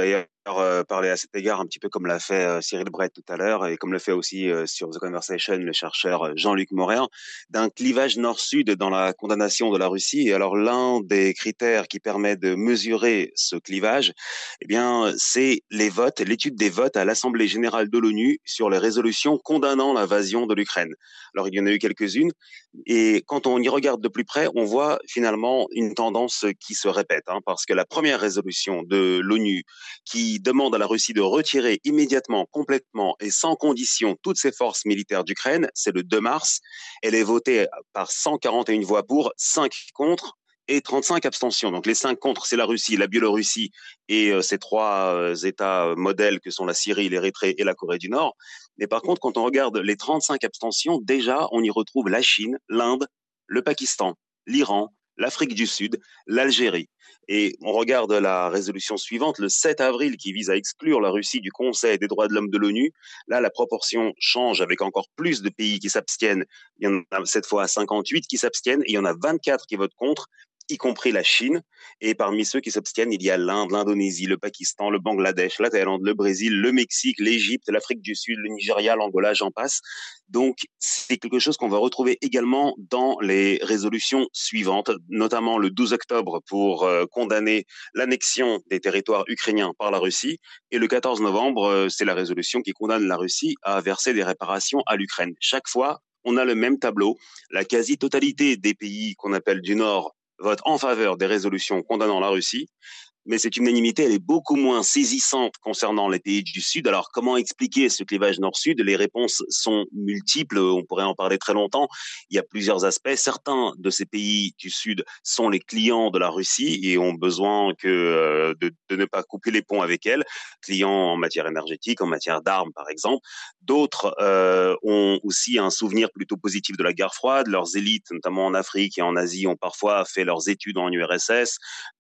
euh, parler à cet égard, un petit peu comme l'a fait euh, Cyril Brett tout à l'heure, et comme le fait aussi euh, sur The Conversation le chercheur Jean-Luc Morin, d'un clivage nord-sud dans la condamnation de la Russie. Et alors, l'un des critères qui permet de mesurer ce clivage, eh bien, c'est les votes, l'étude des votes à l'Assemblée générale de l'ONU sur les résolutions condamnant l'invasion de l'Ukraine. Alors, il y en a eu quelques-unes, et quand on y regarde de plus près, on voit finalement une tendance qui se répète, hein, parce que la première résolution de l'ONU qui demande à la Russie de retirer immédiatement, complètement et sans condition toutes ses forces militaires d'Ukraine, c'est le deux mars. Elle est votée par cent quarante et une voix pour, cinq contre et trente-cinq abstentions. Donc les cinq contre, c'est la Russie, la Biélorussie et euh, ces trois euh, États modèles que sont la Syrie, l'Érythrée et la Corée du Nord. Mais par contre, quand on regarde les trente-cinq abstentions, déjà, on y retrouve la Chine, l'Inde, le Pakistan, l'Iran, l'Afrique du Sud, l'Algérie. Et on regarde la résolution suivante, le sept avril, qui vise à exclure la Russie du Conseil des droits de l'homme de l'ONU. Là, la proportion change avec encore plus de pays qui s'abstiennent. Il y en a cette fois cinquante-huit qui s'abstiennent et il y en a vingt-quatre qui votent contre, y compris la Chine. Et parmi ceux qui s'abstiennent, il y a l'Inde, l'Indonésie, le Pakistan, le Bangladesh, la Thaïlande, le Brésil, le Mexique, l'Égypte, l'Afrique du Sud, le Nigeria, l'Angola, j'en passe. Donc, c'est quelque chose qu'on va retrouver également dans les résolutions suivantes, notamment le douze octobre pour euh, condamner l'annexion des territoires ukrainiens par la Russie. Et le quatorze novembre, euh, c'est la résolution qui condamne la Russie à verser des réparations à l'Ukraine. Chaque fois, on a le même tableau. La quasi-totalité des pays qu'on appelle du Nord vote en faveur des résolutions condamnant la Russie, mais cette unanimité, elle est beaucoup moins saisissante concernant les pays du Sud. Alors, comment expliquer ce clivage nord-sud? Les réponses sont multiples, on pourrait en parler très longtemps. Il y a plusieurs aspects. Certains de ces pays du Sud sont les clients de la Russie et ont besoin que de, de ne pas couper les ponts avec elle, clients en matière énergétique, en matière d'armes, par exemple. D'autres euh, ont aussi un souvenir plutôt positif de la guerre froide. Leurs élites, notamment en Afrique et en Asie, ont parfois fait leurs études en U R S S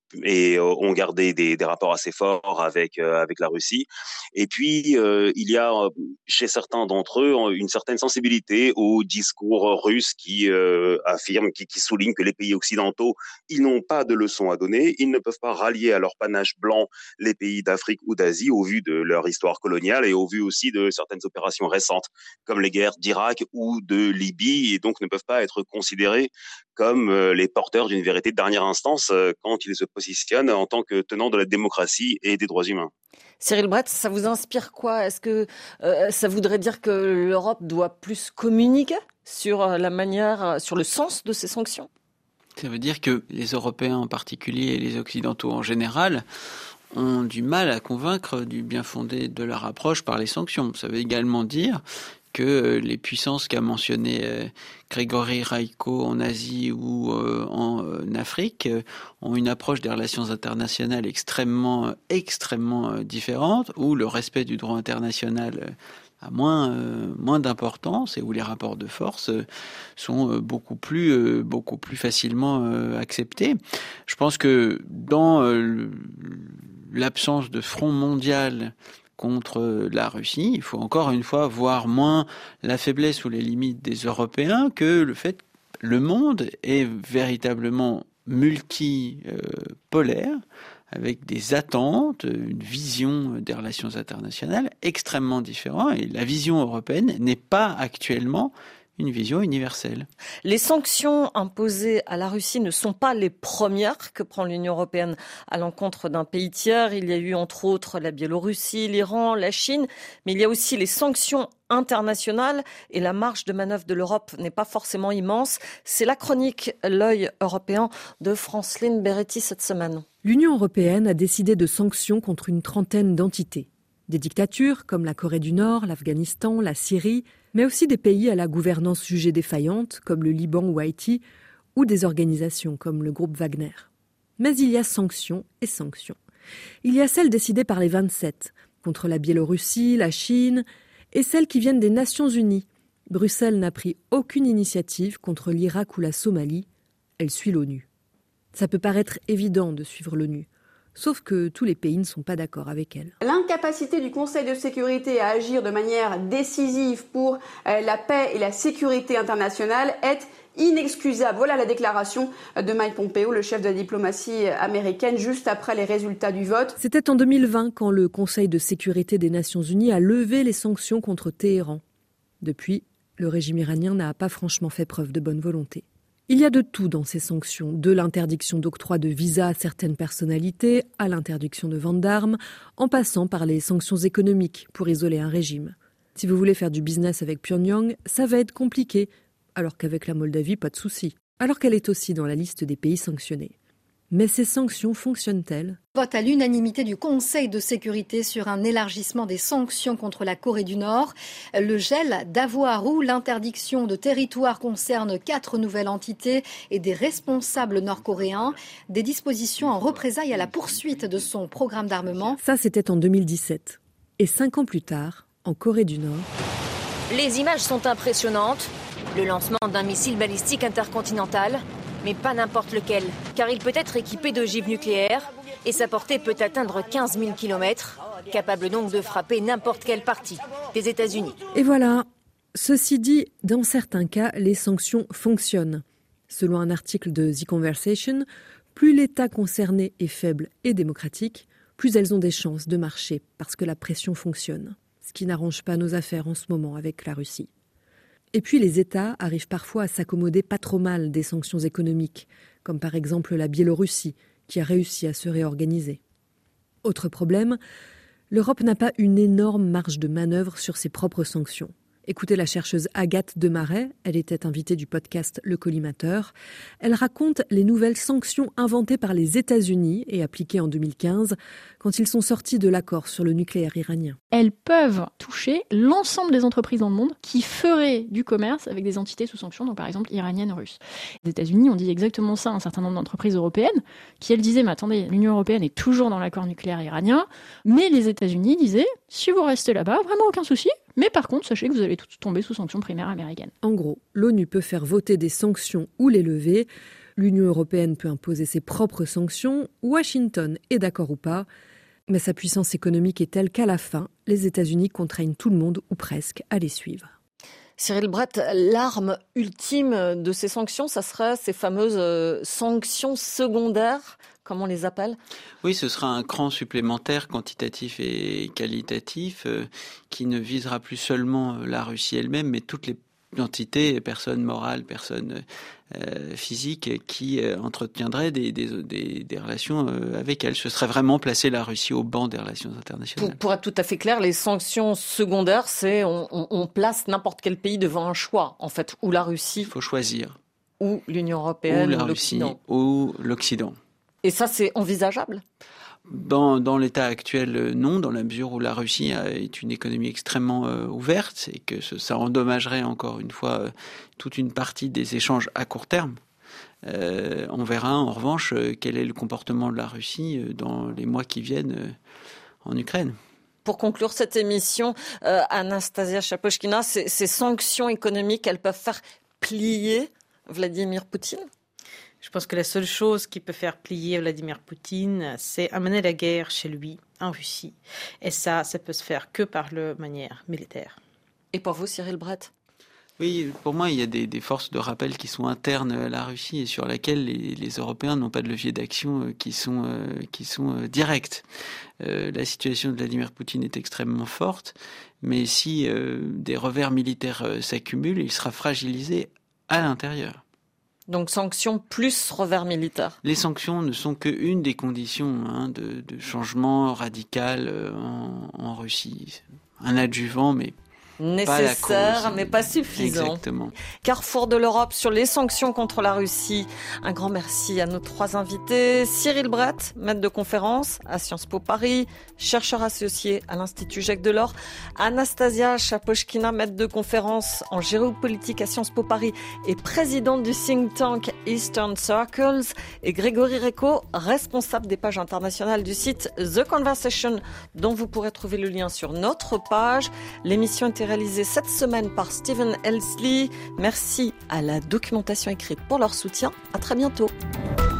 et euh, ont gardé des, des rapports assez forts avec euh, avec la Russie. Et puis euh, il y a chez certains d'entre eux une certaine sensibilité au discours russe qui euh, affirme, qui, qui souligne que les pays occidentaux, ils n'ont pas de leçons à donner, ils ne peuvent pas rallier à leur panache blanc les pays d'Afrique ou d'Asie au vu de leur histoire coloniale et au vu aussi de certaines opérations récentes comme les guerres d'Irak ou de Libye, et donc ne peuvent pas être considérés comme euh, les porteurs d'une vérité de dernière instance euh, quand ils se positionnent en tant que tenants de la démocratie et des droits humains. Cyril Brett, ça vous inspire quoi? Est-ce que euh, ça voudrait dire que l'Europe doit plus communiquer sur la manière, sur le sens de ces sanctions? Ça veut dire que les Européens en particulier et les Occidentaux en général ont du mal à convaincre du bien fondé de leur approche par les sanctions. Ça veut également dire que les puissances qu'a mentionné euh, Grégory Raïko en Asie ou euh, en euh, Afrique euh, ont une approche des relations internationales extrêmement, extrêmement euh, différente, où le respect du droit international euh, a moins, euh, moins d'importance et où les rapports de force euh, sont euh, beaucoup plus, euh, beaucoup plus facilement euh, acceptés. Je pense que dans euh, l'absence de front mondial contre la Russie, il faut encore une fois voir moins la faiblesse ou les limites des Européens que le fait que le monde est véritablement multipolaire, avec des attentes, une vision des relations internationales extrêmement différentes, et la vision européenne n'est pas actuellement une vision universelle. Les sanctions imposées à la Russie ne sont pas les premières que prend l'Union européenne à l'encontre d'un pays tiers. Il y a eu entre autres la Biélorussie, l'Iran, la Chine, mais il y a aussi les sanctions internationales et la marge de manœuvre de l'Europe n'est pas forcément immense. C'est la chronique L'œil européen de Franceline Beretti cette semaine. L'Union européenne a décidé de sanctions contre une trentaine d'entités. Des dictatures comme la Corée du Nord, l'Afghanistan, la Syrie, mais aussi des pays à la gouvernance jugée défaillante comme le Liban ou Haïti, ou des organisations comme le groupe Wagner. Mais il y a sanctions et sanctions. Il y a celles décidées par les vingt-sept, contre la Biélorussie, la Chine, et celles qui viennent des Nations Unies. Bruxelles n'a pris aucune initiative contre l'Irak ou la Somalie, elle suit l'ONU. Ça peut paraître évident de suivre l'ONU, sauf que tous les pays ne sont pas d'accord avec elle. L'incapacité du Conseil de sécurité à agir de manière décisive pour la paix et la sécurité internationale est inexcusable. Voilà la déclaration de Mike Pompeo, le chef de la diplomatie américaine, juste après les résultats du vote. C'était en deux mille vingt quand le Conseil de sécurité des Nations Unies a levé les sanctions contre Téhéran. Depuis, le régime iranien n'a pas franchement fait preuve de bonne volonté. Il y a de tout dans ces sanctions, de l'interdiction d'octroi de visa à certaines personnalités, à l'interdiction de vente d'armes, en passant par les sanctions économiques pour isoler un régime. Si vous voulez faire du business avec Pyongyang, ça va être compliqué, alors qu'avec la Moldavie, pas de souci, alors qu'elle est aussi dans la liste des pays sanctionnés. Mais ces sanctions fonctionnent-elles ? Vote à l'unanimité du Conseil de sécurité sur un élargissement des sanctions contre la Corée du Nord. Le gel d'avoirs ou l'interdiction de territoire concerne quatre nouvelles entités et des responsables nord-coréens. Des dispositions en représailles à la poursuite de son programme d'armement. Ça, c'était en deux mille dix-sept. Et cinq ans plus tard, en Corée du Nord... Les images sont impressionnantes. Le lancement d'un missile balistique intercontinental... Mais pas n'importe lequel, car il peut être équipé d'ogives nucléaires et sa portée peut atteindre quinze mille kilomètres, capable donc de frapper n'importe quelle partie des États-Unis. Et voilà. Ceci dit, dans certains cas, les sanctions fonctionnent. Selon un article de The Conversation, plus l'État concerné est faible et démocratique, plus elles ont des chances de marcher parce que la pression fonctionne. Ce qui n'arrange pas nos affaires en ce moment avec la Russie. Et puis les États arrivent parfois à s'accommoder pas trop mal des sanctions économiques, comme par exemple la Biélorussie, qui a réussi à se réorganiser. Autre problème, l'Europe n'a pas une énorme marge de manœuvre sur ses propres sanctions. Écoutez la chercheuse Agathe Demarais, elle était invitée du podcast Le Collimateur. Elle raconte les nouvelles sanctions inventées par les États-Unis et appliquées en deux mille quinze, quand ils sont sortis de l'accord sur le nucléaire iranien. Elles peuvent toucher l'ensemble des entreprises dans le monde qui feraient du commerce avec des entités sous sanctions, donc par exemple iraniennes ou russes. Les États-Unis ont dit exactement ça à un certain nombre d'entreprises européennes, qui elles disaient, mais attendez, l'Union européenne est toujours dans l'accord nucléaire iranien, mais les États-Unis disaient, si vous restez là-bas, vraiment aucun souci, mais par contre, sachez que vous allez tous tomber sous sanctions primaires américaines. En gros, l'ONU peut faire voter des sanctions ou les lever. L'Union européenne peut imposer ses propres sanctions. Washington est d'accord ou pas. Mais sa puissance économique est telle qu'à la fin, les États-Unis contraignent tout le monde, ou presque, à les suivre. Cyril Brett, l'arme ultime de ces sanctions, ça serait ces fameuses sanctions secondaires, comme on les appelle ? Oui, ce sera un cran supplémentaire, quantitatif et qualitatif, euh, qui ne visera plus seulement la Russie elle-même, mais toutes les entités, personnes morales, personnes euh, physiques, qui euh, entretiendraient des, des, des, des relations euh, avec elle. Ce serait vraiment placer la Russie au banc des relations internationales. Pour, pour être tout à fait clair, les sanctions secondaires, c'est on, on, on place n'importe quel pays devant un choix, en fait, ou la Russie. Il faut choisir. Ou l'Union européenne, ou la ou Russie, l'Occident. ou l'Occident. Et ça, c'est envisageable ? Dans, dans l'état actuel, non, dans la mesure où la Russie est une économie extrêmement euh, ouverte et que ce, ça endommagerait encore une fois euh, toute une partie des échanges à court terme. Euh, on verra en revanche euh, quel est le comportement de la Russie euh, dans les mois qui viennent euh, en Ukraine. Pour conclure cette émission, euh, Anastasia Chapochkina, ces, ces sanctions économiques, elles peuvent faire plier Vladimir Poutine ? Je pense que la seule chose qui peut faire plier Vladimir Poutine, c'est amener la guerre chez lui, en Russie. Et ça, ça peut se faire que par la manière militaire. Et pour vous, Cyril Brett ? Oui, pour moi, il y a des, des forces de rappel qui sont internes à la Russie et sur lesquelles les, les Européens n'ont pas de levier d'action qui sont, euh, qui sont euh, directs. Euh, la situation de Vladimir Poutine est extrêmement forte, mais si euh, des revers militaires euh, s'accumulent, il sera fragilisé à l'intérieur. Donc sanctions plus revers militaire. Les sanctions ne sont qu'une des conditions hein, de, de changement radical en, en Russie. Un adjuvant, mais nécessaire, pas mais pas suffisant. Exactement. Carrefour de l'Europe sur les sanctions contre la Russie. Un grand merci à nos trois invités. Cyril Brett, maître de conférence à Sciences Po Paris, chercheur associé à l'Institut Jacques Delors. Anastasia Chapochkina, maître de conférence en géopolitique à Sciences Po Paris et présidente du think tank Eastern Circles. Et Grégory Recco, responsable des pages internationales du site The Conversation, dont vous pourrez trouver le lien sur notre page. L'émission était réalisée cette semaine par Stephen Elsley. Merci à la documentation écrite pour leur soutien. À très bientôt.